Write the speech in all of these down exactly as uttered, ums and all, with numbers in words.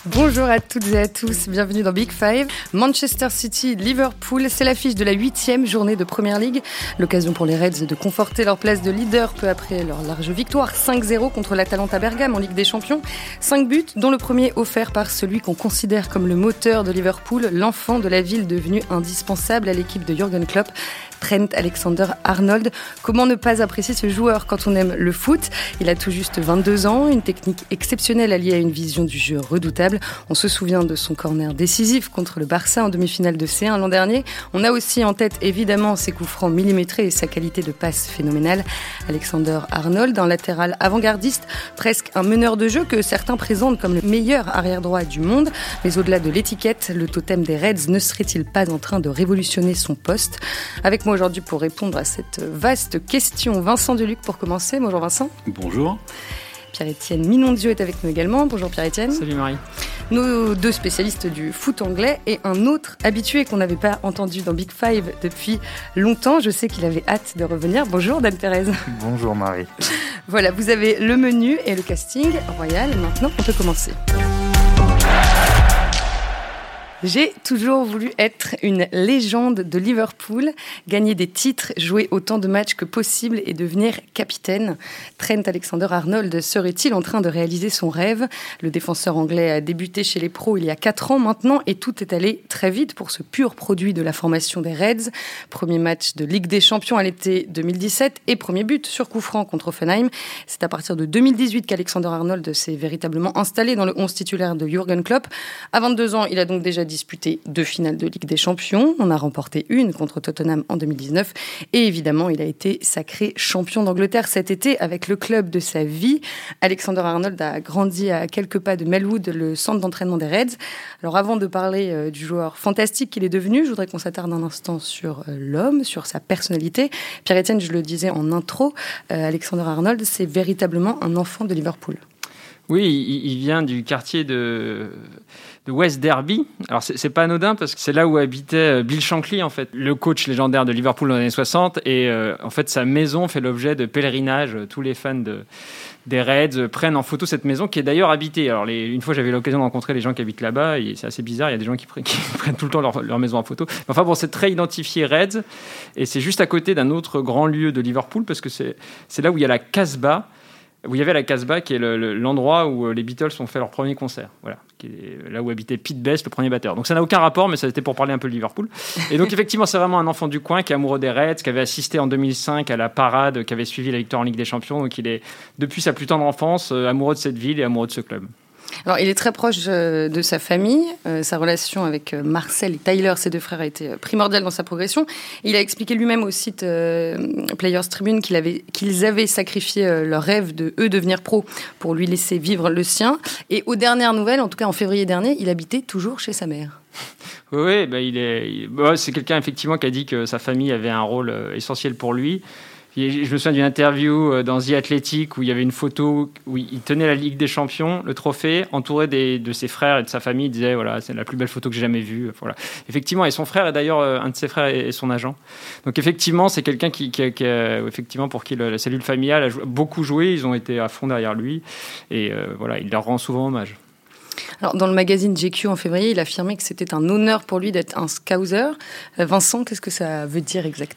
Bonjour à toutes et à tous, bienvenue dans Big Five. Manchester City, Liverpool, c'est l'affiche de la huitième journée de Premier League. L'occasion pour les Reds de conforter leur place de leader peu après leur large victoire cinq zéro contre l'Atalanta Bergame en Ligue des Champions. Cinq buts, dont le premier offert par celui qu'on considère comme le moteur de Liverpool, l'enfant de la ville devenu indispensable à l'équipe de Jürgen Klopp. Trent Alexander-Arnold. Comment ne pas apprécier ce joueur quand on aime le foot ? Il a tout juste vingt-deux ans, une technique exceptionnelle alliée à une vision du jeu redoutable. On se souvient de son corner décisif contre le Barça en demi-finale de C un l'an dernier. On a aussi en tête évidemment ses coups francs millimétrés et sa qualité de passe phénoménale. Alexander-Arnold, un latéral avant-gardiste, presque un meneur de jeu que certains présentent comme le meilleur arrière-droit du monde. Mais au-delà de l'étiquette, le totem des Reds ne serait-il pas en train de révolutionner son poste ? Avec moi aujourd'hui pour répondre à cette vaste question, Vincent Deluc pour commencer. Bonjour Vincent. Bonjour. Pierre-Étienne Minondio est avec nous également. Bonjour Pierre-Étienne. Salut Marie. Nos deux spécialistes du foot anglais et un autre habitué qu'on n'avait pas entendu dans Big Five depuis longtemps. Je sais qu'il avait hâte de revenir. Bonjour Dan Pérez. Bonjour Marie. Voilà, vous avez le menu et le casting royal. Maintenant, on peut commencer. J'ai toujours voulu être une légende de Liverpool, gagner des titres, jouer autant de matchs que possible et devenir capitaine. Trent Alexander-Arnold serait-il en train de réaliser son rêve ? Le défenseur anglais a débuté chez les pros il y a quatre ans maintenant et tout est allé très vite pour ce pur produit de la formation des Reds. Premier match de Ligue des Champions à l'été deux mille dix-sept et premier but sur coup franc contre Offenheim. C'est à partir de deux mille dix-huit qu'Alexander-Arnold s'est véritablement installé dans le onze titulaire de Jürgen Klopp. À vingt-deux ans, il a donc déjà disputé deux finales de Ligue des Champions. On a remporté une contre Tottenham en deux mille dix-neuf. Et évidemment, il a été sacré champion d'Angleterre cet été avec le club de sa vie. Alexander-Arnold a grandi à quelques pas de Melwood, le centre d'entraînement des Reds. Alors avant de parler euh, du joueur fantastique qu'il est devenu, je voudrais qu'on s'attarde un instant sur euh, l'homme, sur sa personnalité. Pierre-Étienne, je le disais en intro, euh, Alexander-Arnold, c'est véritablement un enfant de Liverpool. Oui, il, il vient du quartier de... de West Derby. Alors, c'est, c'est pas anodin parce que c'est là où habitait Bill Shankly, en fait, le coach légendaire de Liverpool dans les années soixante. Et euh, en fait, sa maison fait l'objet de pèlerinages. Tous les fans de, des Reds prennent en photo cette maison qui est d'ailleurs habitée. Alors, les, une fois, j'avais l'occasion de rencontrer les gens qui habitent là-bas. Et c'est assez bizarre. Il y a des gens qui, pre- qui prennent tout le temps leur, leur maison en photo. Mais enfin, bon, c'est très identifié Reds. Et c'est juste à côté d'un autre grand lieu de Liverpool parce que c'est, c'est là où il y a la Casbah. Où il y avait la Casbah, qui est le, le, l'endroit où les Beatles ont fait leur premier concert. Voilà, qui est là où habitait Pete Best, le premier batteur. Donc ça n'a aucun rapport, mais ça c'était pour parler un peu de Liverpool. Et donc effectivement, c'est vraiment un enfant du coin qui est amoureux des Reds, qui avait assisté en deux mille cinq à la parade, qui avait suivi la victoire en Ligue des Champions. Donc il est, depuis sa plus tendre enfance, euh, amoureux de cette ville et amoureux de ce club. Alors, il est très proche euh, de sa famille. Euh, sa relation avec euh, Marcel et Tyler, ses deux frères, a été primordiale dans sa progression. Il a expliqué lui-même au site euh, Players Tribune qu'il avait, qu'ils avaient sacrifié euh, leur rêve de eux devenir pro pour lui laisser vivre le sien. Et aux dernières nouvelles, en tout cas en février dernier, il habitait toujours chez sa mère. Oui, bah, il est, il, bah, c'est quelqu'un effectivement qui a dit que sa famille avait un rôle euh, essentiel pour lui. Je me souviens d'une interview dans The Athletic où il y avait une photo où il tenait la Ligue des Champions, le trophée, entouré des, de ses frères et de sa famille. Il disait voilà, c'est la plus belle photo que j'ai jamais vue. Voilà. Effectivement, et son frère est d'ailleurs un de ses frères et son agent. Donc effectivement, c'est quelqu'un qui, qui, qui effectivement pour qui la cellule familiale a beaucoup joué. Ils ont été à fond derrière lui et euh, voilà, il leur rend souvent hommage. Alors, dans le magazine G Q en février, il affirmait que c'était un honneur pour lui d'être un scouser. Euh, Vincent, qu'est-ce que ça veut dire exactement ?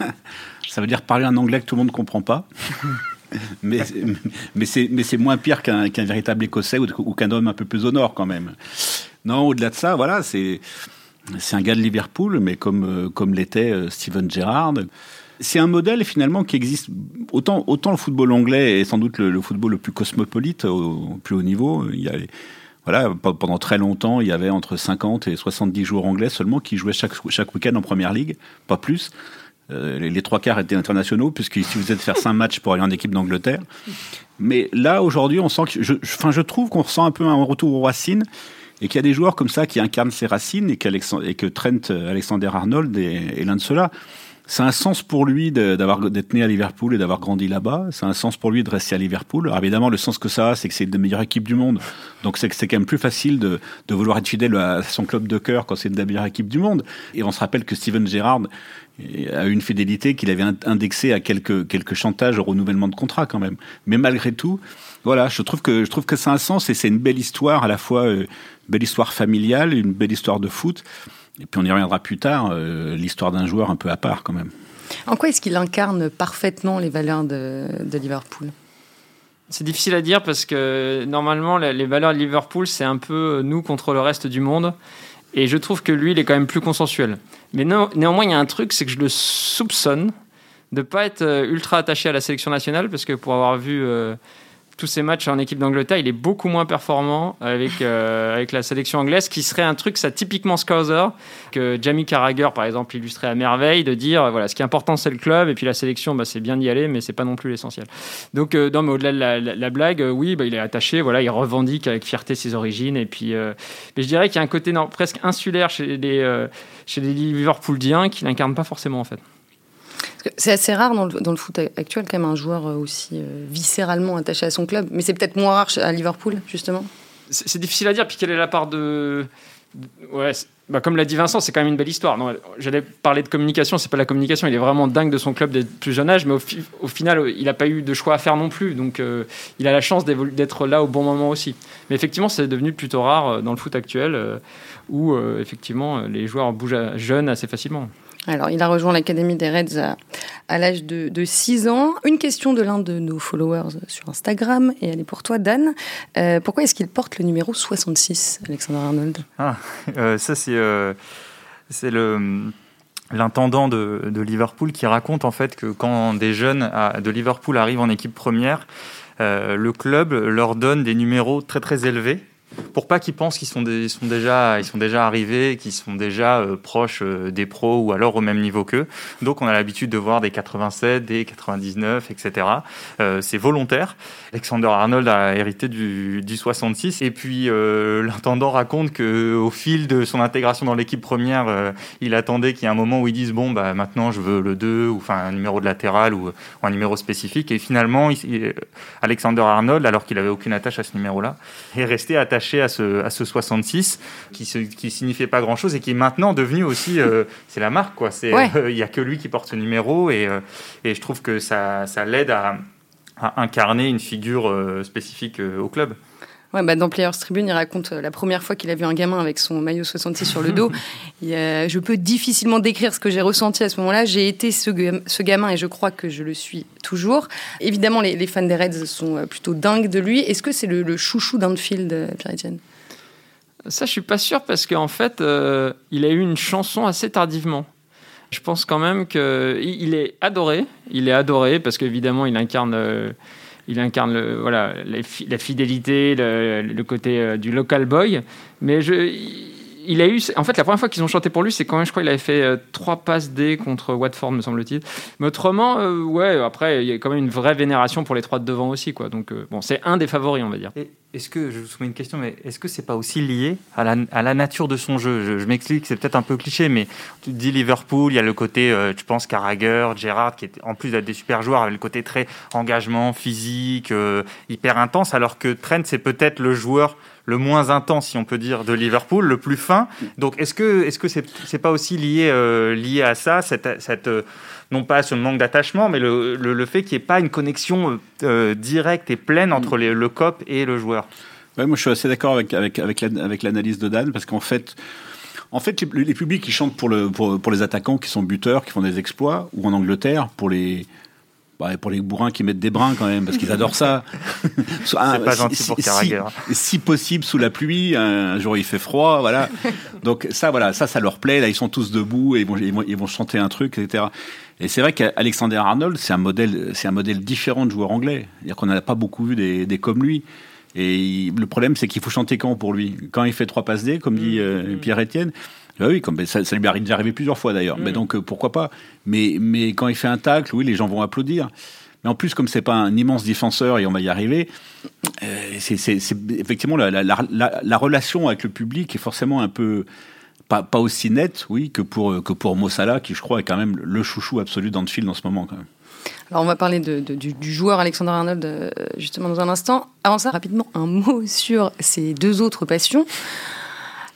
Ça veut dire parler un anglais que tout le monde ne comprend pas. mais, mais, c'est, mais c'est moins pire qu'un, qu'un véritable Écossais ou, ou qu'un homme un peu plus au nord quand même. Non, au-delà de ça, voilà, c'est, c'est un gars de Liverpool, mais comme, comme l'était Steven Gerrard. C'est un modèle finalement qui existe, autant, autant le football anglais est sans doute le, le football le plus cosmopolite au, au plus haut niveau. Il y a les, Voilà, pendant très longtemps, il y avait entre cinquante et soixante-dix joueurs anglais seulement qui jouaient chaque, chaque week-end en première ligue, pas plus. Euh, les, les trois quarts étaient internationaux, puisqu'il suffisait de faire cinq matchs pour aller en équipe d'Angleterre. Mais là, aujourd'hui, on sent que, je, je, je trouve qu'on ressent un peu un retour aux racines, et qu'il y a des joueurs comme ça qui incarnent ces racines, et, et que Trent Alexander-Arnold est, est l'un de ceux-là. C'est un sens pour lui de, d'avoir, d'être né à Liverpool et d'avoir grandi là-bas. C'est un sens pour lui de rester à Liverpool. Alors évidemment, le sens que ça a, c'est que c'est une des meilleures équipes du monde. Donc c'est, c'est quand même plus facile de, de vouloir être fidèle à son club de cœur quand c'est une des meilleures équipes du monde. Et on se rappelle que Steven Gerrard a une fidélité qu'il avait indexée à quelques, quelques chantages au renouvellement de contrat quand même. Mais malgré tout, Voilà, je trouve que je trouve que ça a un sens et c'est une belle histoire à la fois euh, une belle histoire familiale, une belle histoire de foot. Et puis on y reviendra plus tard, euh, l'histoire d'un joueur un peu à part quand même. En quoi est-ce qu'il incarne parfaitement les valeurs de, de Liverpool ? C'est difficile à dire parce que normalement les valeurs de Liverpool c'est un peu nous contre le reste du monde. Et je trouve que lui, il est quand même plus consensuel. Mais non, néanmoins, il y a un truc, c'est que je le soupçonne de ne pas être ultra attaché à la sélection nationale, parce que pour avoir vu euh, tous ces matchs en équipe d'Angleterre, il est beaucoup moins performant avec, euh, avec la sélection anglaise, qui serait un truc, ça typiquement Scouser, que Jamie Carragher, par exemple, illustrait à merveille, de dire, voilà, ce qui est important, c'est le club, et puis la sélection, bah, c'est bien d'y aller, mais c'est pas non plus l'essentiel. Donc, euh, non, mais au-delà de la, la, la blague, euh, oui, bah, il est attaché, voilà, il revendique avec fierté ses origines, et puis, euh, mais je dirais qu'il y a un côté non, presque insulaire chez les, euh, chez les Liverpooliens qu'il n'incarne pas forcément, en fait. C'est assez rare dans le, dans le foot actuel, quand même, un joueur aussi euh, viscéralement attaché à son club. Mais c'est peut-être moins rare à Liverpool, justement. C'est, c'est difficile à dire. Puis quelle est la part de... Ouais, bah comme l'a dit Vincent, c'est quand même une belle histoire. Non, j'allais parler de communication, c'est pas la communication. Il est vraiment dingue de son club dès plus jeune âge, mais au, fi- au final, il n'a pas eu de choix à faire non plus. Donc, euh, il a la chance d'être là au bon moment aussi. Mais effectivement, c'est devenu plutôt rare dans le foot actuel, euh, où euh, effectivement les joueurs bougent à, jeunes assez facilement. Alors, il a rejoint l'Académie des Reds à, à l'âge de, de six ans. Une question de l'un de nos followers sur Instagram, et elle est pour toi, Dan. Euh, pourquoi est-ce qu'il porte le numéro soixante-six, Alexander Arnold ? Ah, euh, ça c'est, euh, c'est le, l'intendant de, de Liverpool qui raconte en fait que quand des jeunes à, de Liverpool arrivent en équipe première, euh, le club leur donne des numéros très très élevés, pour pas qu'ils pensent qu'ils sont, des, ils sont, déjà, ils sont déjà arrivés, qu'ils sont déjà euh, proches euh, des pros ou alors au même niveau qu'eux. Donc on a l'habitude de voir des quatre-vingt-sept, des quatre-vingt-dix-neuf, et cetera. Euh, c'est volontaire. Alexander Arnold a hérité du, du soixante-six. Et puis euh, l'intendant raconte qu'au fil de son intégration dans l'équipe première, euh, il attendait qu'il y ait un moment où ils disent bon, bah, maintenant je veux le deux, ou enfin un numéro de latéral ou, ou un numéro spécifique. Et finalement, il, il, Alexander Arnold, alors qu'il n'avait aucune attache à ce numéro-là, est resté attaché à ce, à ce soixante-six qui ne qui signifiait pas grand-chose et qui est maintenant devenu aussi, euh, c'est la marque, quoi. Il ouais. euh, n'y a que lui qui porte ce numéro et, euh, et je trouve que ça, ça l'aide à, à incarner une figure euh, spécifique euh, au club. Ouais, bah dans Players Tribune, il raconte la première fois qu'il a vu un gamin avec son maillot soixante-six sur le dos. Et, euh, je peux difficilement décrire ce que j'ai ressenti à ce moment-là. J'ai été ce, ce gamin et je crois que je le suis toujours. Évidemment, les, les fans des Reds sont plutôt dingues de lui. Est-ce que c'est le, le chouchou d'Anfield, Pierre-Etienne ? Ça, je suis pas sûr parce qu'en fait, euh, il a eu une chanson assez tardivement. Je pense quand même qu'il est adoré. Il est adoré parce qu'évidemment, il incarne... Euh, Il incarne le, voilà, la fidélité, le, le côté euh, du local boy. Mais je, il a eu... En fait, la première fois qu'ils ont chanté pour lui, c'est quand même, je crois, il avait fait euh, trois passes D contre Watford, me semble-t-il. Mais autrement, euh, ouais, après, il y a quand même une vraie vénération pour les trois de devant aussi, quoi. Donc, euh, bon, c'est un des favoris, on va dire. Et est-ce que, je vous soumets une question, mais est-ce que c'est pas aussi lié à la, à la nature de son jeu ? Je, je m'explique, c'est peut-être un peu cliché, mais tu dis Liverpool, il y a le côté, euh, je pense, Carragher, Gerrard, qui est, en plus d'être des super joueurs, avait le côté très engagement, physique, euh, hyper intense, alors que Trent, c'est peut-être le joueur le moins intense, si on peut dire, de Liverpool, le plus fin. Donc, est-ce que, est-ce que c'est, c'est pas aussi lié, euh, lié à ça, cette, cette euh, non pas ce manque d'attachement, mais le, le, le fait qu'il n'y ait pas une connexion euh, directe et pleine entre les, le C O P et le joueur. Ouais, moi, je suis assez d'accord avec, avec, avec, la, avec l'analyse de Dan, parce qu'en fait, en fait les, les publics qui chantent pour, le, pour, pour les attaquants qui sont buteurs, qui font des exploits, ou en Angleterre, pour les... Bah, pour les bourrins qui mettent des brins quand même, parce qu'ils adorent ça. C'est un, pas gentil si, pour Carragher. Si, si possible sous la pluie, un jour il fait froid, voilà. Donc ça, voilà, ça, ça leur plaît. Là, ils sont tous debout et ils vont, ils vont, ils vont chanter un truc, et cetera. Et c'est vrai qu'Alexander Arnold, c'est un modèle, c'est un modèle différent de joueur anglais. C'est-à-dire qu'on n'a pas beaucoup vu des, des comme lui. Et il, le problème, c'est qu'il faut chanter quand pour lui ? Quand il fait trois passes D, comme dit euh, Pierre-Etienne. Ah oui, comme, ça, ça lui est déjà arrivé plusieurs fois d'ailleurs. Mmh. Mais donc, euh, pourquoi pas. Mais, mais quand il fait un tacle, oui, les gens vont applaudir. Mais en plus, comme c'est pas un immense défenseur et on va y arriver, euh, c'est, c'est, c'est effectivement la, la, la, la relation avec le public est forcément un peu pas, pas aussi nette, oui, que pour que pour Mo Salah, qui je crois est quand même le chouchou absolu d'Anfield en ce moment quand même. Alors on va parler de, de, du, du joueur Alexander Arnold euh, justement dans un instant. Avant ça, rapidement un mot sur ses deux autres passions.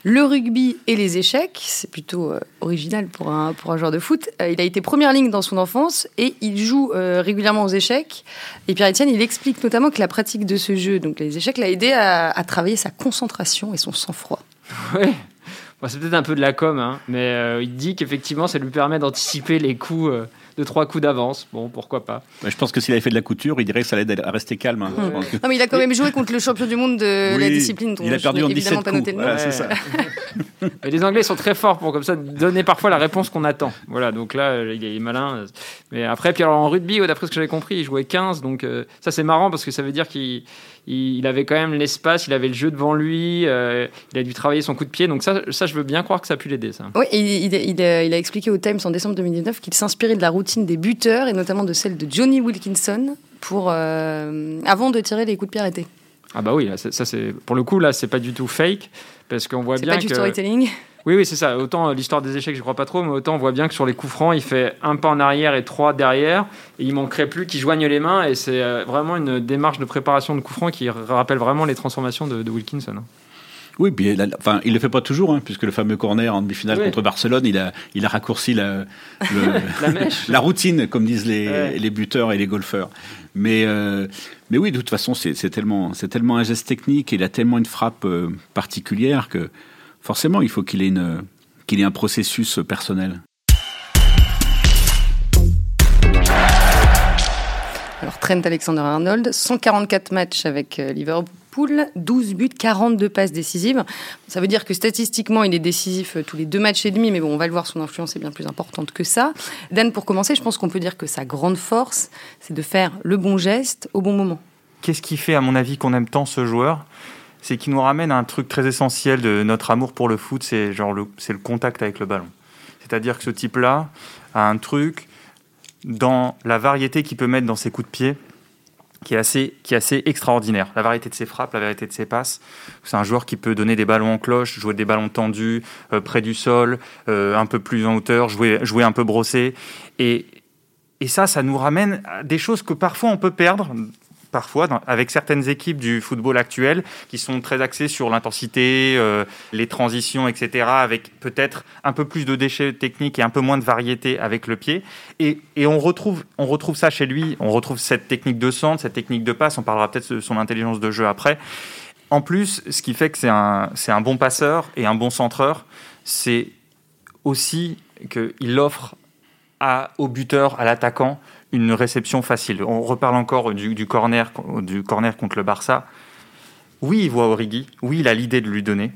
le rugby et les échecs. C'est plutôt euh, original pour un, pour un joueur de foot. Euh, il a été première ligne dans son enfance et il joue euh, régulièrement aux échecs. Et Pierre-Etienne, il explique notamment que la pratique de ce jeu, donc les échecs, l'a aidé à, à travailler sa concentration et son sang-froid. Oui. Bon, c'est peut-être un peu de la com, hein, mais euh, il dit qu'effectivement, ça lui permet d'anticiper les coups euh, de trois coups d'avance. Bon, pourquoi pas. Ouais, je pense que s'il avait fait de la couture, il dirait que ça l'aide à rester calme. Hein. Mmh. Que... Non, mais il a quand même joué contre le champion du monde de oui, la discipline. Il a perdu en dix-sept coups. Pas voilà, c'est ça. Et les Anglais sont très forts pour comme ça donner parfois la réponse qu'on attend. Voilà, donc là, il est malin. Mais après, puis alors en rugby, d'après ce que j'avais compris, il jouait quinze. Donc euh, ça, c'est marrant parce que ça veut dire qu'il il avait quand même l'espace, il avait le jeu devant lui, euh, il a dû travailler son coup de pied. Donc ça, ça, je veux bien croire que ça a pu l'aider, ça. Oui, il, il, il, a, il a expliqué au Times en décembre deux mille dix-neuf qu'il s'inspirait de la routine des buteurs et notamment de celle de Johnny Wilkinson pour, euh, avant de tirer les coups de pied arrêtés. Ah bah oui, là, ça, c'est, pour le coup, là, c'est pas du tout fake, parce qu'on voit c'est bien pas que... du storytelling. Oui, oui, c'est ça. Autant euh, l'histoire des échecs, je crois pas trop, mais autant on voit bien que sur les coups francs, il fait un pas en arrière et trois derrière, et il manquerait plus qu'il joigne les mains, et c'est euh, vraiment une démarche de préparation de coups francs qui rappelle vraiment les transformations de, de Wilkinson. Oui, puis il, a, enfin, il le fait pas toujours, hein, puisque le fameux corner en demi-finale oui. contre Barcelone, il a, il a raccourci la, le, la, mèche. la routine, comme disent les, ouais. les buteurs et les golfeurs. Mais, euh, mais oui, de toute façon, c'est, c'est, tellement, c'est tellement un geste technique, et il a tellement une frappe euh, particulière que forcément, il faut qu'il ait, une, qu'il ait un processus personnel. Alors, Trent Alexander-Arnold, cent quarante-quatre matchs avec euh, Liverpool, douze buts, quarante-deux passes décisives. Ça veut dire que statistiquement, il est décisif euh, tous les deux matchs et demi, mais bon, on va le voir, son influence est bien plus importante que ça. Dan, pour commencer, je pense qu'on peut dire que sa grande force, c'est de faire le bon geste au bon moment. Qu'est-ce qui fait, à mon avis, qu'on aime tant ce joueur ? C'est qu'il nous ramène à un truc très essentiel de notre amour pour le foot, c'est, genre le, c'est le contact avec le ballon. C'est-à-dire que ce type-là a un truc dans la variété qu'il peut mettre dans ses coups de pied qui est assez, qui est assez extraordinaire. La variété de ses frappes, la variété de ses passes. C'est un joueur qui peut donner des ballons en cloche, jouer des ballons tendus, euh, près du sol, euh, un peu plus en hauteur, jouer, jouer un peu brossé. Et, et ça, ça nous ramène à des choses que parfois on peut perdre, parfois, dans, avec certaines équipes du football actuel qui sont très axées sur l'intensité, euh, les transitions, et cetera, avec peut-être un peu plus de déchets techniques et un peu moins de variété avec le pied. Et, et on, retrouve, on retrouve ça chez lui, on retrouve cette technique de centre, cette technique de passe, on parlera peut-être de son intelligence de jeu après. En plus, ce qui fait que c'est un, c'est un bon passeur et un bon centreur, c'est aussi qu'il offre à, au buteur, à l'attaquant, une réception facile. On reparle encore du, du, corner, du corner contre le Barça. Oui, il voit Origi. Oui, il a l'idée de lui donner.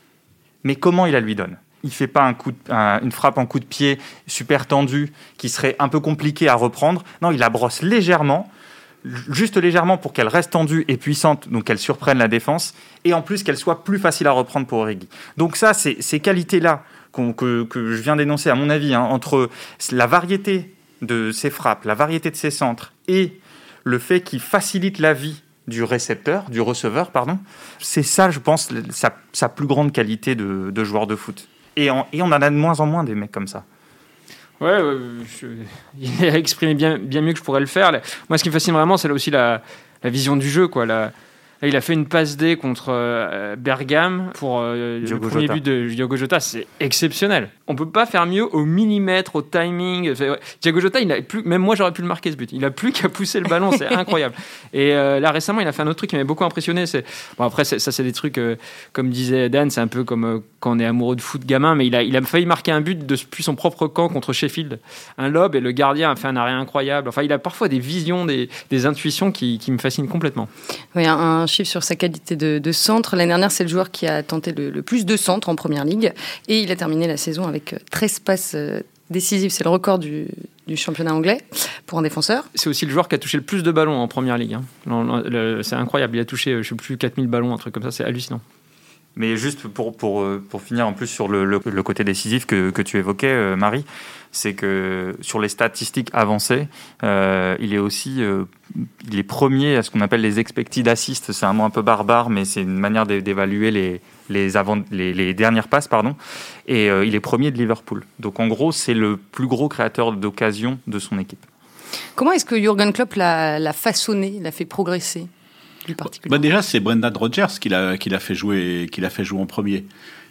Mais comment il la lui donne ? Il ne fait pas un coup de, un, une frappe en coup de pied super tendue qui serait un peu compliquée à reprendre. Non, il la brosse légèrement, juste légèrement pour qu'elle reste tendue et puissante, donc qu'elle surprenne la défense, et en plus qu'elle soit plus facile à reprendre pour Origi. Donc ça, c'est ces qualités-là qu'on, que, que je viens d'énoncer, à mon avis, hein, entre la variété de ses frappes, la variété de ses centres et le fait qu'il facilite la vie du récepteur, du receveur, pardon, c'est ça, je pense, sa, sa plus grande qualité de, de joueur de foot. Et, en, et on en a de moins en moins des mecs comme ça. Ouais, euh, je, il a exprimé bien, bien mieux que je pourrais le faire. Moi, ce qui me fascine vraiment, c'est là aussi la, la vision du jeu, quoi. La, Là, il a fait une passe D contre euh, Bergame pour euh, le premier Jota. but de Diogo Jota. C'est exceptionnel. On peut pas faire mieux au millimètre, au timing. Enfin, ouais. Diogo Jota, il a plus, même moi, j'aurais pu le marquer ce but. Il a plus qu'à pousser le ballon, c'est incroyable. Et euh, là, récemment, il a fait un autre truc qui m'avait beaucoup impressionné. C'est... Bon, après, c'est, ça, c'est des trucs, euh, comme disait Dan, c'est un peu comme euh, quand on est amoureux de foot gamin, mais il a, il a failli marquer un but depuis son propre camp contre Sheffield. Un lob, et le gardien a fait un arrêt incroyable. Enfin, il a parfois des visions, des, des intuitions qui, qui me fascinent complètement. Oui, un, un chiffre sur sa qualité de, de centre. L'année dernière, c'est le joueur qui a tenté le, le plus de centres en première ligue. Et il a terminé la saison avec treize passes décisives. C'est le record du, du championnat anglais pour un défenseur. C'est aussi le joueur qui a touché le plus de ballons en première ligue. Hein. Le, le, c'est incroyable. Il a touché, je ne sais plus, quatre mille ballons, un truc comme ça. C'est hallucinant. Mais juste pour, pour, pour finir en plus sur le, le, le côté décisif que, que tu évoquais, euh, Marie, c'est que sur les statistiques avancées, euh, il est aussi euh, il est premier à ce qu'on appelle les expected assists. C'est un mot un peu barbare, mais c'est une manière d'évaluer les, les, avant, les, les dernières passes. Pardon. Et euh, il est premier de Liverpool. Donc en gros, c'est le plus gros créateur d'occasions de son équipe. Comment est-ce que Jürgen Klopp l'a, l'a façonné, l'a fait progresser ? Bah déjà, c'est Brendan Rodgers qui l'a, qui l'a fait jouer, qui l'a fait jouer en premier.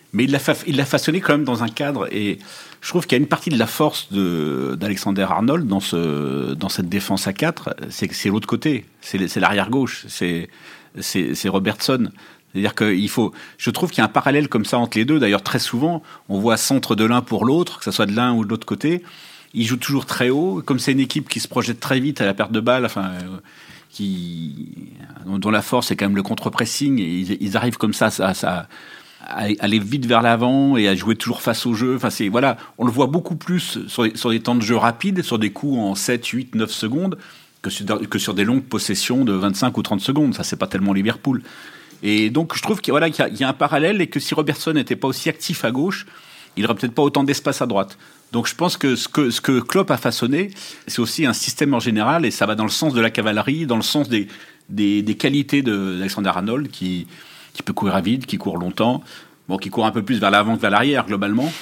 Mais il l'a, fa- il l'a façonné quand même dans un cadre, et je trouve qu'il y a une partie de la force de, d'Alexander Arnold dans, ce, dans cette défense à quatre, c'est que c'est l'autre côté, c'est, c'est l'arrière-gauche, c'est, c'est, c'est Robertson. C'est-à-dire qu'il faut, je trouve qu'il y a un parallèle comme ça entre les deux. D'ailleurs, très souvent, on voit centre de l'un pour l'autre, que ce soit de l'un ou de l'autre côté. Ils jouent toujours très haut. Comme c'est une équipe qui se projette très vite à la perte de balle, enfin, euh, qui, dont la force est quand même le contre-pressing, et ils, ils arrivent comme ça, ça, ça à aller vite vers l'avant et à jouer toujours face au jeu. Enfin, c'est, voilà, on le voit beaucoup plus sur, sur des temps de jeu rapides, sur des coups en sept, huit, neuf secondes, que sur, que sur des longues possessions de vingt-cinq ou trente secondes. Ça, c'est pas tellement Liverpool. Et donc, je trouve qu'il y a, voilà, qu'il y a, il y a un parallèle, et que si Robertson n'était pas aussi actif à gauche, il n'aurait peut-être pas autant d'espace à droite. Donc, je pense que ce, que ce que Klopp a façonné, c'est aussi un système en général, et ça va dans le sens de la cavalerie, dans le sens des, des, des qualités de, d'Alexander Arnold, qui, qui peut courir à vide, qui court longtemps, bon, qui court un peu plus vers l'avant que vers l'arrière, globalement,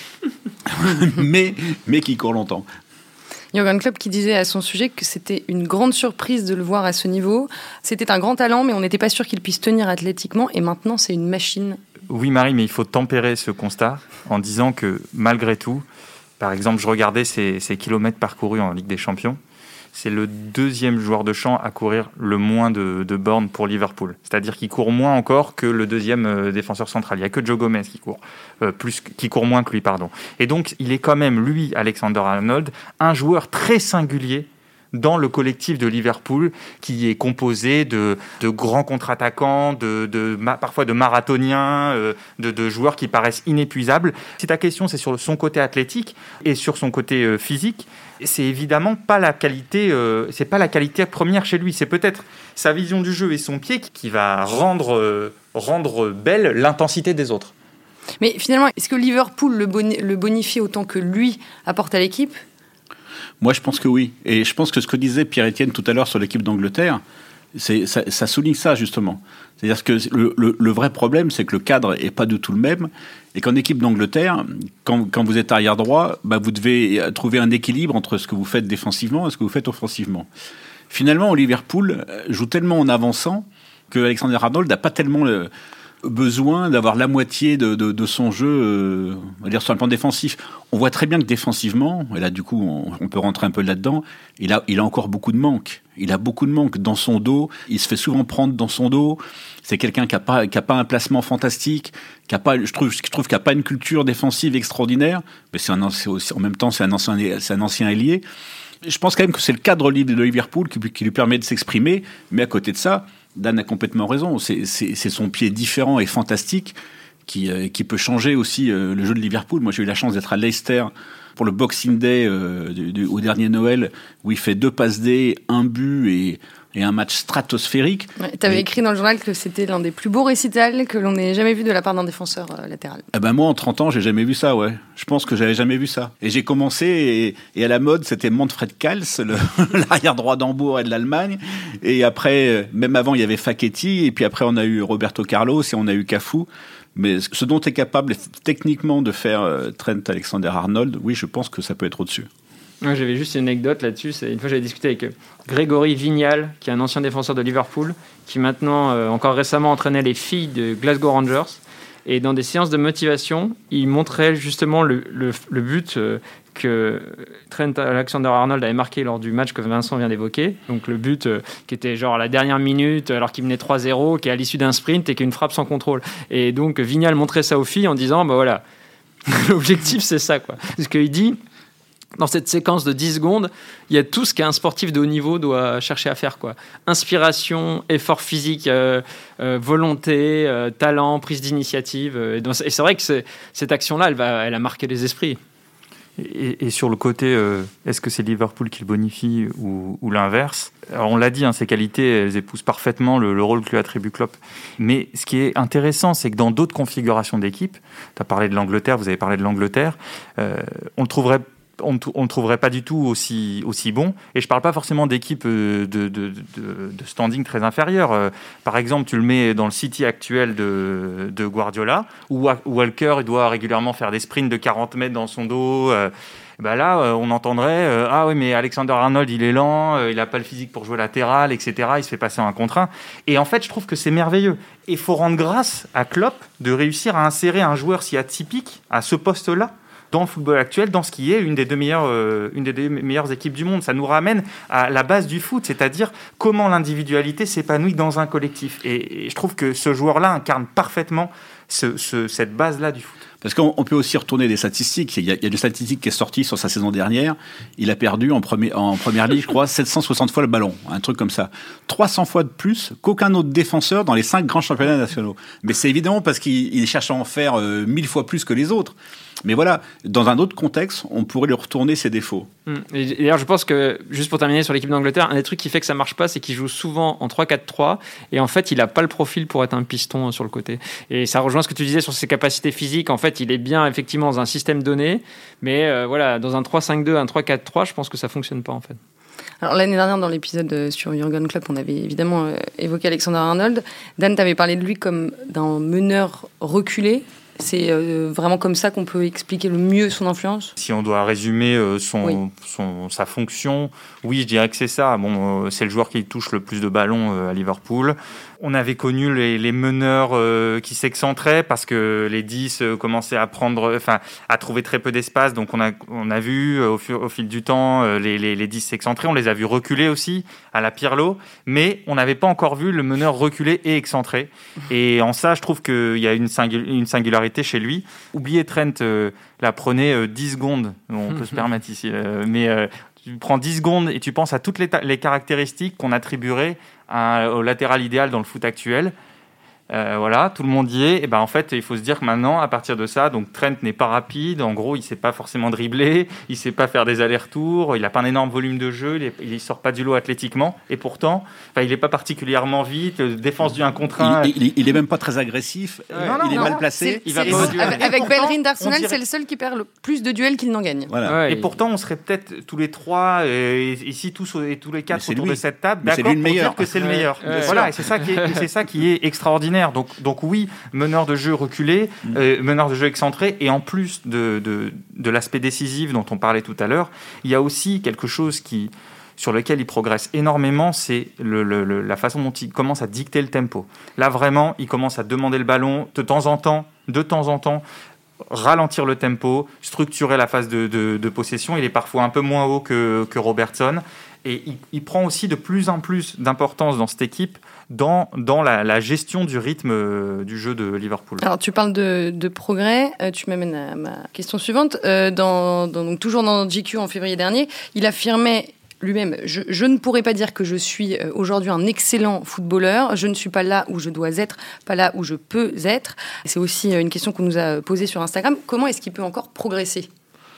mais, mais qui court longtemps. Jürgen Klopp qui disait à son sujet que c'était une grande surprise de le voir à ce niveau. C'était un grand talent, mais on n'était pas sûr qu'il puisse tenir athlétiquement. Et maintenant, c'est une machine. Oui, Marie, mais il faut tempérer ce constat en disant que malgré tout, par exemple, je regardais ses, ses kilomètres parcourus en Ligue des Champions. C'est le deuxième joueur de champ à courir le moins de, de bornes pour Liverpool. C'est-à-dire qu'il court moins encore que le deuxième euh, défenseur central. Il n'y a que Joe Gomez qui court, euh, plus, qui court moins que lui. Pardon. Et donc, il est quand même, lui, Alexander Arnold, un joueur très singulier dans le collectif de Liverpool, qui est composé de, de grands contre-attaquants, de, de, parfois de marathoniens, euh, de, de joueurs qui paraissent inépuisables. Si ta question, c'est sur son côté athlétique et sur son côté euh, physique, c'est évidemment pas la qualité, euh, c'est pas la qualité première chez lui. C'est peut-être sa vision du jeu et son pied qui va rendre, euh, rendre belle l'intensité des autres. Mais finalement, est-ce que Liverpool le, boni- le bonifie autant que lui apporte à l'équipe ? Moi, je pense que oui. Et je pense que ce que disait Pierre-Etienne tout à l'heure sur l'équipe d'Angleterre, c'est, ça, ça souligne ça, justement. C'est-à-dire que le, le, le vrai problème, c'est que le cadre n'est pas du tout le même. Et qu'en équipe d'Angleterre, quand, quand vous êtes arrière droit, bah, vous devez trouver un équilibre entre ce que vous faites défensivement et ce que vous faites offensivement. Finalement, Liverpool joue tellement en avançant que Alexander Arnold n'a pas tellement le besoin d'avoir la moitié de, de, de son jeu, euh, on va dire sur le plan défensif. On voit très bien que défensivement, et là du coup on, on peut rentrer un peu là-dedans, il a, il a encore beaucoup de manques. Il a beaucoup de manques dans son dos, il se fait souvent prendre dans son dos. C'est quelqu'un qui n'a pas, qui a pas un placement fantastique, qui a pas, je trouve, je trouve qu'il n'a pas une culture défensive extraordinaire, mais c'est un, c'est aussi, en même temps c'est un ancien, c'est un ancien ailier. Je pense quand même que c'est le cadre de Liverpool qui, qui lui permet de s'exprimer, mais à côté de ça, Dan a complètement raison. C'est, c'est, c'est son pied différent et fantastique qui, euh, qui peut changer aussi euh, le jeu de Liverpool. Moi, j'ai eu la chance d'être à Leicester pour le Boxing Day euh, du, du, au dernier Noël, où il fait deux passes D, un but et, et un match stratosphérique. Ouais, tu avais et... écrit dans le journal que c'était l'un des plus beaux récitals que l'on ait jamais vu de la part d'un défenseur euh, latéral. Eh ben moi, en trente ans, j'ai jamais vu ça, ouais. Je pense que j'avais jamais vu ça. Et j'ai commencé, et, et à la mode, c'était Manfred Kals, le, l'arrière droit d'Hambourg et de l'Allemagne. Et après, même avant, il y avait Facchetti, et puis après, on a eu Roberto Carlos, et on a eu Cafu. Mais ce dont est capable techniquement de faire euh, Trent Alexander-Arnold, oui, je pense que ça peut être au-dessus. Moi, j'avais juste une anecdote là-dessus. C'est une fois, j'avais discuté avec Grégory Vignal, qui est un ancien défenseur de Liverpool, qui maintenant, euh, encore récemment, entraînait les filles de Glasgow Rangers. Et dans des séances de motivation, il montrait justement le, le, le but euh, que Trent Alexander-Arnold avait marqué lors du match que Vincent vient d'évoquer. Donc le but euh, qui était genre à la dernière minute, alors qu'il menait trois zéro, qui est à l'issue d'un sprint et qui est une frappe sans contrôle. Et donc Vignal montrait ça aux filles en disant, bah voilà, l'objectif c'est ça, quoi. Parce qu'il dit, dans cette séquence de dix secondes, il y a tout ce qu'un sportif de haut niveau doit chercher à faire, quoi. Inspiration, effort physique, euh, euh, volonté, euh, talent, prise d'initiative. Euh, et, donc, et c'est vrai que c'est, cette action-là, elle, va, elle a marqué les esprits. Et, et sur le côté, euh, est-ce que c'est Liverpool qui le bonifie ou, ou l'inverse ? Alors on l'a dit, hein, ses qualités, elles épousent parfaitement le, le rôle que lui attribue Klopp. Mais ce qui est intéressant, c'est que dans d'autres configurations d'équipe, tu as parlé de l'Angleterre, vous avez parlé de l'Angleterre, euh, on le trouverait on ne le trouverait pas du tout aussi, aussi bon. Et je ne parle pas forcément d'équipes de, de, de, de standing très inférieur. Par exemple, tu le mets dans le City actuel de, de Guardiola, où Walker il doit régulièrement faire des sprints de quarante mètres dans son dos. Ben là, euh, on entendrait euh, ah oui, mais Alexander Arnold, il est lent, euh, il n'a pas le physique pour jouer latéral, et cetera. Il se fait passer en un contre un. Et en fait, je trouve que c'est merveilleux. Et il faut rendre grâce à Klopp de réussir à insérer un joueur si atypique à ce poste-là dans le football actuel, dans ce qui est une des deux meilleures, euh, une des deux meilleures équipes du monde. Ça nous ramène à la base du foot, c'est-à-dire comment l'individualité s'épanouit dans un collectif. Et, et je trouve que ce joueur-là incarne parfaitement ce, ce, cette base-là du foot. Parce qu'on on peut aussi retourner des statistiques. Il y a, il y a des statistiques qui est sortie sur sa saison dernière. Il a perdu en, premier, en première ligue, je crois, sept cent soixante fois le ballon, un truc comme ça. trois cents fois de plus qu'aucun autre défenseur dans les cinq grands championnats nationaux. Mais c'est évidemment parce qu'il il cherche à en faire euh, mille fois plus que les autres. Mais voilà, dans un autre contexte, on pourrait lui retourner ses défauts. Et d'ailleurs, je pense que, juste pour terminer sur l'équipe d'Angleterre, un des trucs qui fait que ça marche pas, c'est qu'il joue souvent en trois quatre trois, et en fait, il a pas le profil pour être un piston sur le côté. Et ça rejoint ce que tu disais sur ses capacités physiques. En fait, il est bien, effectivement, dans un système donné, mais euh, voilà, dans un trois cinq deux, un trois quatre trois, je pense que ça fonctionne pas, en fait. Alors, l'année dernière, dans l'épisode sur Jürgen Klopp, on avait évidemment euh, évoqué Alexander Arnold. Dan, tu avais parlé de lui comme d'un meneur reculé. C'est euh, vraiment comme ça qu'on peut expliquer le mieux son influence ? Si on doit résumer euh, son, oui. son, sa fonction, oui, je dirais que c'est ça. Bon, euh, c'est le joueur qui touche le plus de ballons euh, à Liverpool. On avait connu les, les meneurs euh, qui s'excentraient parce que les dix euh, commençaient à prendre, enfin, à trouver très peu d'espace. Donc on a, on a vu euh, au, fil, au fil du temps euh, les, les, les dix s'excentrer. On les a vus reculer aussi à la Pirlo, mais on n'avait pas encore vu le meneur reculer et excentré. Et en ça, je trouve qu'il y a une, singul- une singularité chez lui. Oubliez Trent, euh, là, prenez euh, dix secondes. On peut se permettre ici, euh, mais euh, tu prends dix secondes et tu penses à toutes les, ta- les caractéristiques qu'on attribuerait à, au latéral idéal dans le foot actuel. Euh, voilà, tout le monde y est. Et ben en fait, il faut se dire que maintenant, à partir de ça, donc Trent n'est pas rapide. En gros, il sait pas forcément dribbler, il sait pas faire des allers-retours, il a pas un énorme volume de jeu, il, est, il sort pas du lot athlétiquement. Et pourtant, enfin, il est pas particulièrement vite. Défense du un contre un. Il, il, il est même pas très agressif. Ouais. Non, non, il est non, mal placé. Il va pas pas avec avec pourtant, Bellerin d'Arsenal, dirait... c'est le seul qui perd le plus de duels qu'il n'en gagne. Voilà. Ouais, et il... pourtant, on serait peut-être tous les trois, et ici tous et tous les quatre autour lui. de cette table, Mais d'accord pour dire que c'est le ouais. meilleur. Ouais, voilà, ouais. et c'est ça qui est, c'est ça qui est extraordinaire. Donc, donc oui. Meneur de jeu reculé, mmh. euh, meneur de jeu excentré, et en plus de, de, de l'aspect décisif dont on parlait tout à l'heure, il y a aussi quelque chose qui, sur lequel il progresse énormément, c'est le, le, le, la façon dont il commence à dicter le tempo. Là, vraiment, il commence à demander le ballon de temps en temps, de temps en temps, ralentir le tempo, structurer la phase de, de, de possession. Il est parfois un peu moins haut que, que Robertson. Et il, il prend aussi de plus en plus d'importance dans cette équipe dans, dans la, la gestion du rythme euh, du jeu de Liverpool. Alors, tu parles de, de progrès. Euh, tu m'amènes à ma question suivante. Euh, dans, dans, donc, toujours dans G Q en février dernier, il affirmait lui-même, je, je ne pourrais pas dire que je suis aujourd'hui un excellent footballeur. Je ne suis pas là où je dois être, pas là où je peux être. C'est aussi une question qu'on nous a posée sur Instagram. Comment est-ce qu'il peut encore progresser ?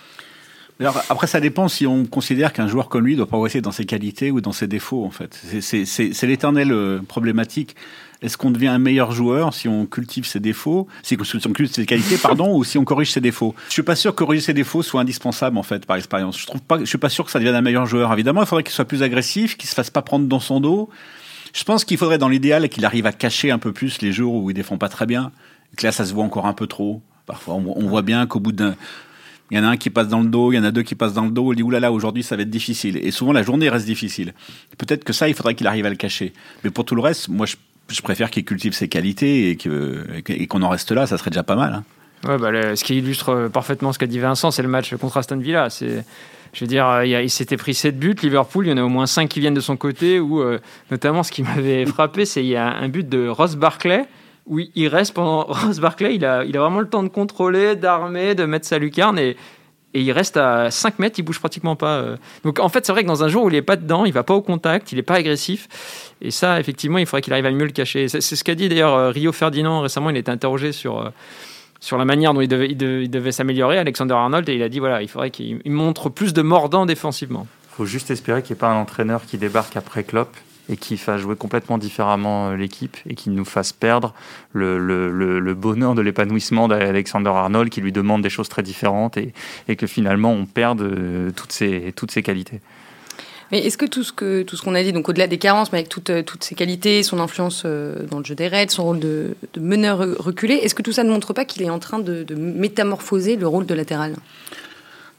Alors, après, ça dépend si on considère qu'un joueur comme lui doit progresser dans ses qualités ou dans ses défauts, en fait. C'est, c'est, c'est, c'est l'éternelle euh, problématique. Est-ce qu'on devient un meilleur joueur si on cultive ses défauts, si on cultive ses qualités, pardon, ou si on corrige ses défauts ? Je suis pas sûr que corriger ses défauts soit indispensable, en fait, par expérience. Je trouve pas, je suis pas sûr que ça devienne un meilleur joueur. Évidemment, il faudrait qu'il soit plus agressif, qu'il se fasse pas prendre dans son dos. Je pense qu'il faudrait, dans l'idéal, qu'il arrive à cacher un peu plus les jours où il défend pas très bien. Et que là, ça se voit encore un peu trop. Parfois, on, on voit bien qu'au bout d'un, il y en a un qui passe dans le dos, il y en a deux qui passent dans le dos, on dit oulala, aujourd'hui ça va être difficile. Et souvent la journée reste difficile. Peut-être que ça, il faudrait qu'il arrive à le cacher. Mais pour tout le reste, moi je, je préfère qu'il cultive ses qualités et, que, et qu'on en reste là, ça serait déjà pas mal. Hein. Ouais, bah, le, ce qui illustre parfaitement ce qu'a dit Vincent, c'est le match contre Aston Villa. C'est, je veux dire, il, a, il s'était pris sept buts, Liverpool, il y en a au moins cinq qui viennent de son côté, où euh, notamment ce qui m'avait frappé, c'est qu'il y a un but de Ross Barkley, où il reste pendant... Ross Barkley, il a, il a vraiment le temps de contrôler, d'armer, de mettre sa lucarne, et, et il reste à cinq mètres, il bouge pratiquement pas. Donc en fait, c'est vrai que dans un jour où il n'est pas dedans, il va pas au contact, il n'est pas agressif, et ça, effectivement, il faudrait qu'il arrive à mieux le cacher. C'est, c'est ce qu'a dit d'ailleurs Rio Ferdinand récemment, il a été interrogé sur... sur la manière dont il devait, il, devait, il devait s'améliorer, Alexander Arnold, et il a dit voilà, il faudrait qu'il il montre plus de mordant défensivement. Il faut juste espérer qu'il n'y ait pas un entraîneur qui débarque après Klopp et qui fasse jouer complètement différemment l'équipe et qui nous fasse perdre le, le, le, le bonheur de l'épanouissement d'Alexander Arnold, qui lui demande des choses très différentes, et, et que finalement on perde toutes ses, toutes ses qualités. Mais est-ce que tout ce que tout ce qu'on a dit, donc au-delà des carences, mais avec toutes toutes ses qualités, son influence dans le jeu des Reds, son rôle de, de meneur reculé, est-ce que tout ça ne montre pas qu'il est en train de, de métamorphoser le rôle de latéral ?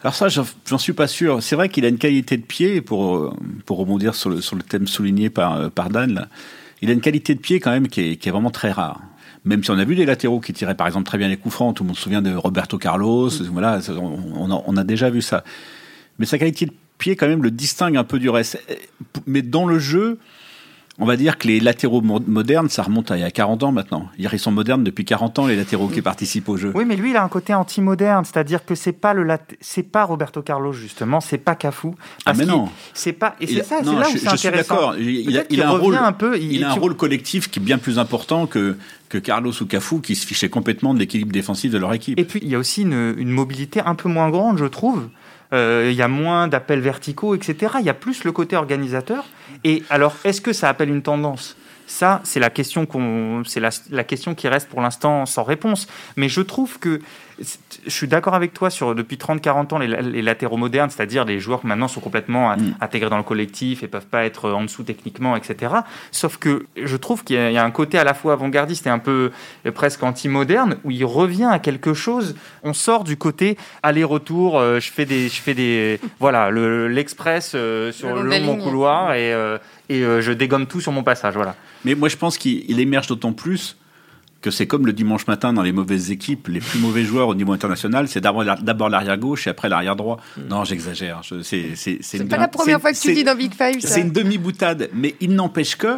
Alors ça, j'en, j'en suis pas sûr. C'est vrai qu'il a une qualité de pied, pour, pour rebondir sur le, sur le thème souligné par, par Dan, là. Il a une qualité de pied quand même qui est, qui est vraiment très rare. Même si on a vu des latéraux qui tiraient par exemple très bien les coups francs, tout le monde se souvient de Roberto Carlos, mmh. voilà, on, on, a, on a déjà vu ça. Mais sa qualité de pied quand même le distingue un peu du reste. Mais dans le jeu, on va dire que les latéraux mo- modernes, ça remonte à il y a quarante ans maintenant. Ils sont modernes depuis quarante ans, les latéraux qui participent au jeu. Oui, mais lui, il a un côté anti-moderne, c'est-à-dire que c'est pas le lat- c'est pas Roberto Carlos justement, c'est pas Cafu. Ah mais non, c'est pas. Et c'est il, ça, non, c'est là je, où c'est je intéressant. suis d'accord. Il, il a, il a un rôle, un peu. Il, il a un tu... rôle collectif qui est bien plus important que que Carlos ou Cafu, qui se fichaient complètement de l'équilibre défensif de leur équipe. Et puis il y a aussi une, une mobilité un peu moins grande, je trouve. Euh, il y a moins d'appels verticaux, et cetera. Il y a plus le côté organisateur. Et alors, est-ce que ça appelle une tendance ? Ça, c'est la question qu'on, c'est la, la question qui reste pour l'instant sans réponse. Mais je trouve que je suis d'accord avec toi sur depuis trente à quarante ans les, les latéraux modernes, c'est-à-dire les joueurs qui maintenant sont complètement mmh. intégrés dans le collectif et peuvent pas être en dessous techniquement, et cetera. Sauf que je trouve qu'il y a, il y a un côté à la fois avant-gardiste et un peu presque anti-moderne où il revient à quelque chose. On sort du côté aller-retour. Euh, je fais des, je fais des, voilà, le, l'express euh, sur le long de mon couloir et euh, et euh, je dégomme tout sur mon passage. Voilà. Mais moi, je pense qu'il émerge d'autant plus que c'est comme le dimanche matin dans les mauvaises équipes, les plus mauvais joueurs au niveau international, c'est d'abord, d'abord l'arrière gauche et après l'arrière droit. Mmh. Non, j'exagère. Je, c'est, c'est, c'est, c'est pas la première c'est, fois que tu dis dans Big Five. Ça. C'est une demi-boutade, mais il n'empêche que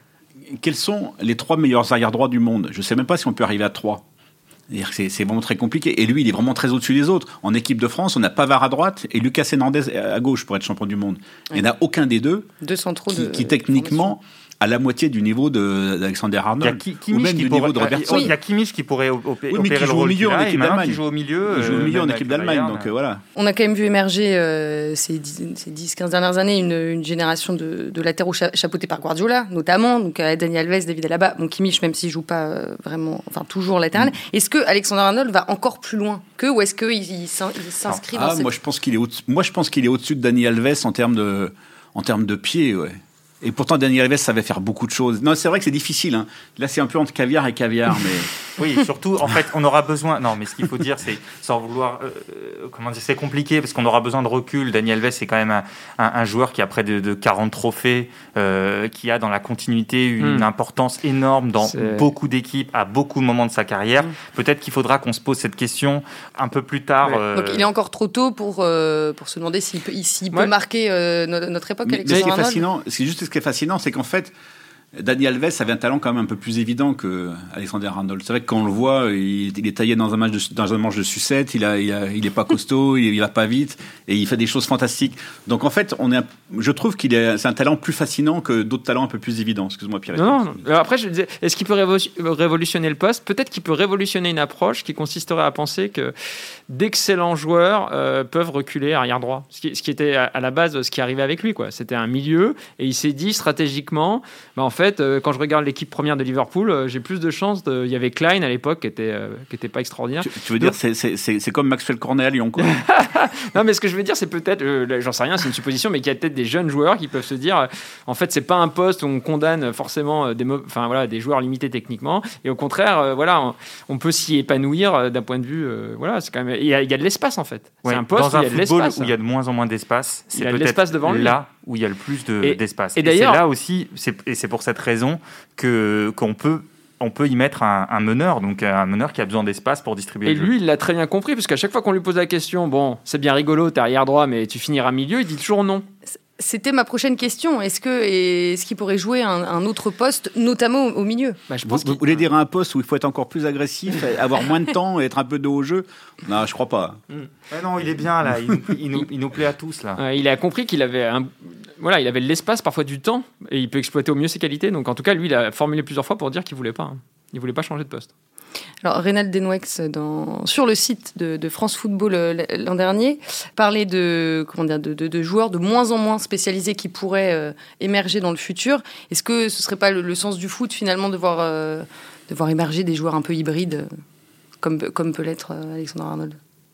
quels sont les trois meilleurs arrière droits du monde ? Je sais même pas si on peut arriver à trois. C'est, c'est vraiment très compliqué. Et lui, il est vraiment très au-dessus des autres. En équipe de France, on a Pavard à droite et Lucas Hernandez à gauche pour être champion du monde. Il n'y en a aucun des deux, deux centraux qui, de, qui techniquement à la moitié du niveau de, d'Alexander Arnold, il y a Ki- ou même du pourrait, niveau de Robertson. Oui, il y a Kimmich qui pourrait opé- oui, opérer qui joue le rôle au milieu en équipe d'Allemagne. Qui joue au milieu, il joue au milieu euh, en équipe d'Allemagne, donc euh, voilà. On a quand même vu émerger euh, ces, ces dix quinze dernières années une, une génération de, de latéraux cha- chapeautés par Guardiola, notamment, donc euh, Dani Alves, David Alaba, bon Kimmich, même s'il joue pas euh, vraiment, enfin toujours latéral. Mm. Est-ce que Alexander Arnold va encore plus loin que, ou est-ce qu'il il, il s'inscrit ah, dans cette... moi je pense qu'il est au- moi je pense qu'il est au-dessus de Dani Alves en termes de en termes de pied, ouais. Et pourtant, Dani Alves savait faire beaucoup de choses. Non, c'est vrai que c'est difficile. Hein. Là, c'est un peu entre caviar et caviar, mais... Oui, surtout, en fait, on aura besoin... Non, mais ce qu'il faut dire, c'est, sans vouloir... Euh, comment dire, c'est compliqué, parce qu'on aura besoin de recul. Dani Alves, c'est quand même un, un, un joueur qui a près de, de quarante trophées, euh, qui a dans la continuité une mmh. importance énorme dans c'est... beaucoup d'équipes, à beaucoup de moments de sa carrière. Mmh. Peut-être qu'il faudra qu'on se pose cette question un peu plus tard. Ouais. Euh... Donc, il est encore trop tôt pour, euh, pour se demander s'il peut, s'il peut ouais. marquer euh, notre, notre époque, mais, Alexander mais ce qui est Arnold. fascinant, c'est juste ce qui est fascinant, c'est qu'en fait, Dani Alves avait un talent quand même un peu plus évident que Alexander Arnold. C'est vrai que quand on le voit, il, il est taillé dans un match de, dans un manche de sucette, il a, il, a, il est pas costaud, il, il va pas vite, et il fait des choses fantastiques. Donc en fait, on est, je trouve qu'il est, c'est un talent plus fascinant que d'autres talents un peu plus évidents. Excuse-moi, Pierre. Non, non. Alors après, je disais, est-ce qu'il peut révolutionner le poste ? Peut-être qu'il peut révolutionner une approche qui consisterait à penser que d'excellents joueurs euh, peuvent reculer arrière droit. Ce qui, ce qui était à la base ce qui arrivait avec lui, quoi. C'était un milieu, et il s'est dit stratégiquement, bah, en fait, euh, quand je regarde l'équipe première de Liverpool, euh, j'ai plus de chances. De... Il y avait Klein à l'époque qui était, euh, qui était pas extraordinaire. Tu, tu veux Donc... dire, c'est, c'est, c'est, c'est comme Maxwell Cornet à Lyon, quoi. Non, mais ce que je veux dire, c'est peut-être, euh, j'en sais rien, c'est une supposition, mais qu'il y a peut-être des jeunes joueurs qui peuvent se dire, euh, en fait, c'est pas un poste où on condamne forcément des, mo- enfin, voilà, des joueurs limités techniquement, et au contraire, euh, voilà, on, on peut s'y épanouir euh, d'un point de vue, euh, voilà, c'est quand même, il y, y a de l'espace en fait. Ouais, c'est un poste dans où il y un a de football l'espace. Où il y a de moins en moins d'espace, c'est peut-être de l'espace devant lui. Là où il y a le plus de, et, d'espace. Et, d'ailleurs, et c'est là aussi, c'est, et c'est pour cette raison que qu'on peut on peut y mettre un, un meneur, donc un meneur qui a besoin d'espace pour distribuer et le jeu. Et lui, il l'a très bien compris, parce qu'à chaque fois qu'on lui pose la question, bon, c'est bien rigolo, t'es arrière droit, mais tu finiras milieu, il dit toujours non. C'était ma prochaine question. Est-ce que est-ce qu'il pourrait jouer un, un autre poste, notamment au, au milieu ? Bah, je pense Vous, vous voulez dire un poste où il faut être encore plus agressif, avoir moins de temps et être un peu de haut jeu ? Non, je crois pas. Mm. Mais non, il est bien là. Il, il, nous, il nous plaît à tous là. Euh, il a compris qu'il avait un, voilà, il avait de l'espace, parfois du temps, et il peut exploiter au mieux ses qualités. Donc en tout cas, lui, il a formulé plusieurs fois pour dire qu'il voulait pas. Hein. Il voulait pas changer de poste. Alors, Reynald Denwex, dans, sur le site de, de France Football euh, l'an dernier, parlait de, comment dire, de, de, de joueurs de moins en moins spécialisés qui pourraient euh, émerger dans le futur. Est-ce que ce ne serait pas le, le sens du foot, finalement, de voir, euh, de voir émerger des joueurs un peu hybrides, euh, comme, comme peut l'être euh, Alexander Arnold ?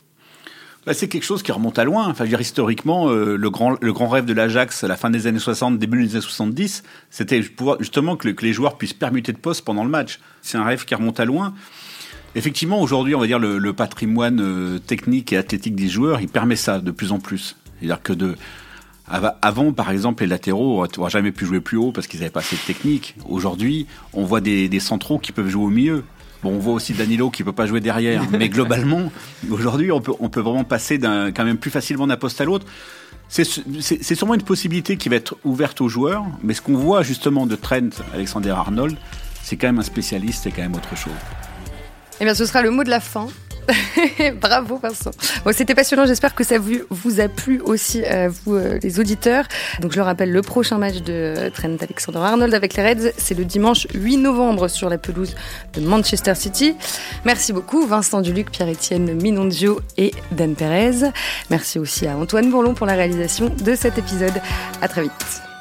Bah, c'est quelque chose qui remonte à loin. Enfin, je veux dire, historiquement, euh, le, grand, le grand rêve de l'Ajax à la fin des années soixante, début des années soixante-dix, c'était pouvoir, justement que, le, que les joueurs puissent permuter de poste pendant le match. C'est un rêve qui remonte à loin. Effectivement, aujourd'hui, on va dire le, le patrimoine euh, technique et athlétique des joueurs, il permet ça de plus en plus. C'est-à-dire que de avant, par exemple, les latéraux n'auraient jamais pu jouer plus haut parce qu'ils n'avaient pas assez de technique. Aujourd'hui, on voit des, des centraux qui peuvent jouer au milieu. Bon, on voit aussi Danilo qui peut pas jouer derrière. Mais globalement, aujourd'hui, on peut, on peut vraiment passer d'un, quand même plus facilement d'un poste à l'autre. C'est, c'est, c'est sûrement une possibilité qui va être ouverte aux joueurs. Mais ce qu'on voit justement de Trent Alexander-Arnold, c'est quand même un spécialiste, c'est quand même autre chose. Eh bien, ce sera le mot de la fin. Bravo Vincent. Bon, c'était passionnant, j'espère que ça vous, vous a plu aussi, euh, vous euh, les auditeurs. Donc je le rappelle, le prochain match de Trent Alexander-Arnold avec les Reds, c'est le dimanche huit novembre sur la pelouse de Manchester City. Merci beaucoup Vincent Duluc, Pierre-Étienne Minondio et Dan Perez. Merci aussi à Antoine Bourlon pour la réalisation de cet épisode. À très vite.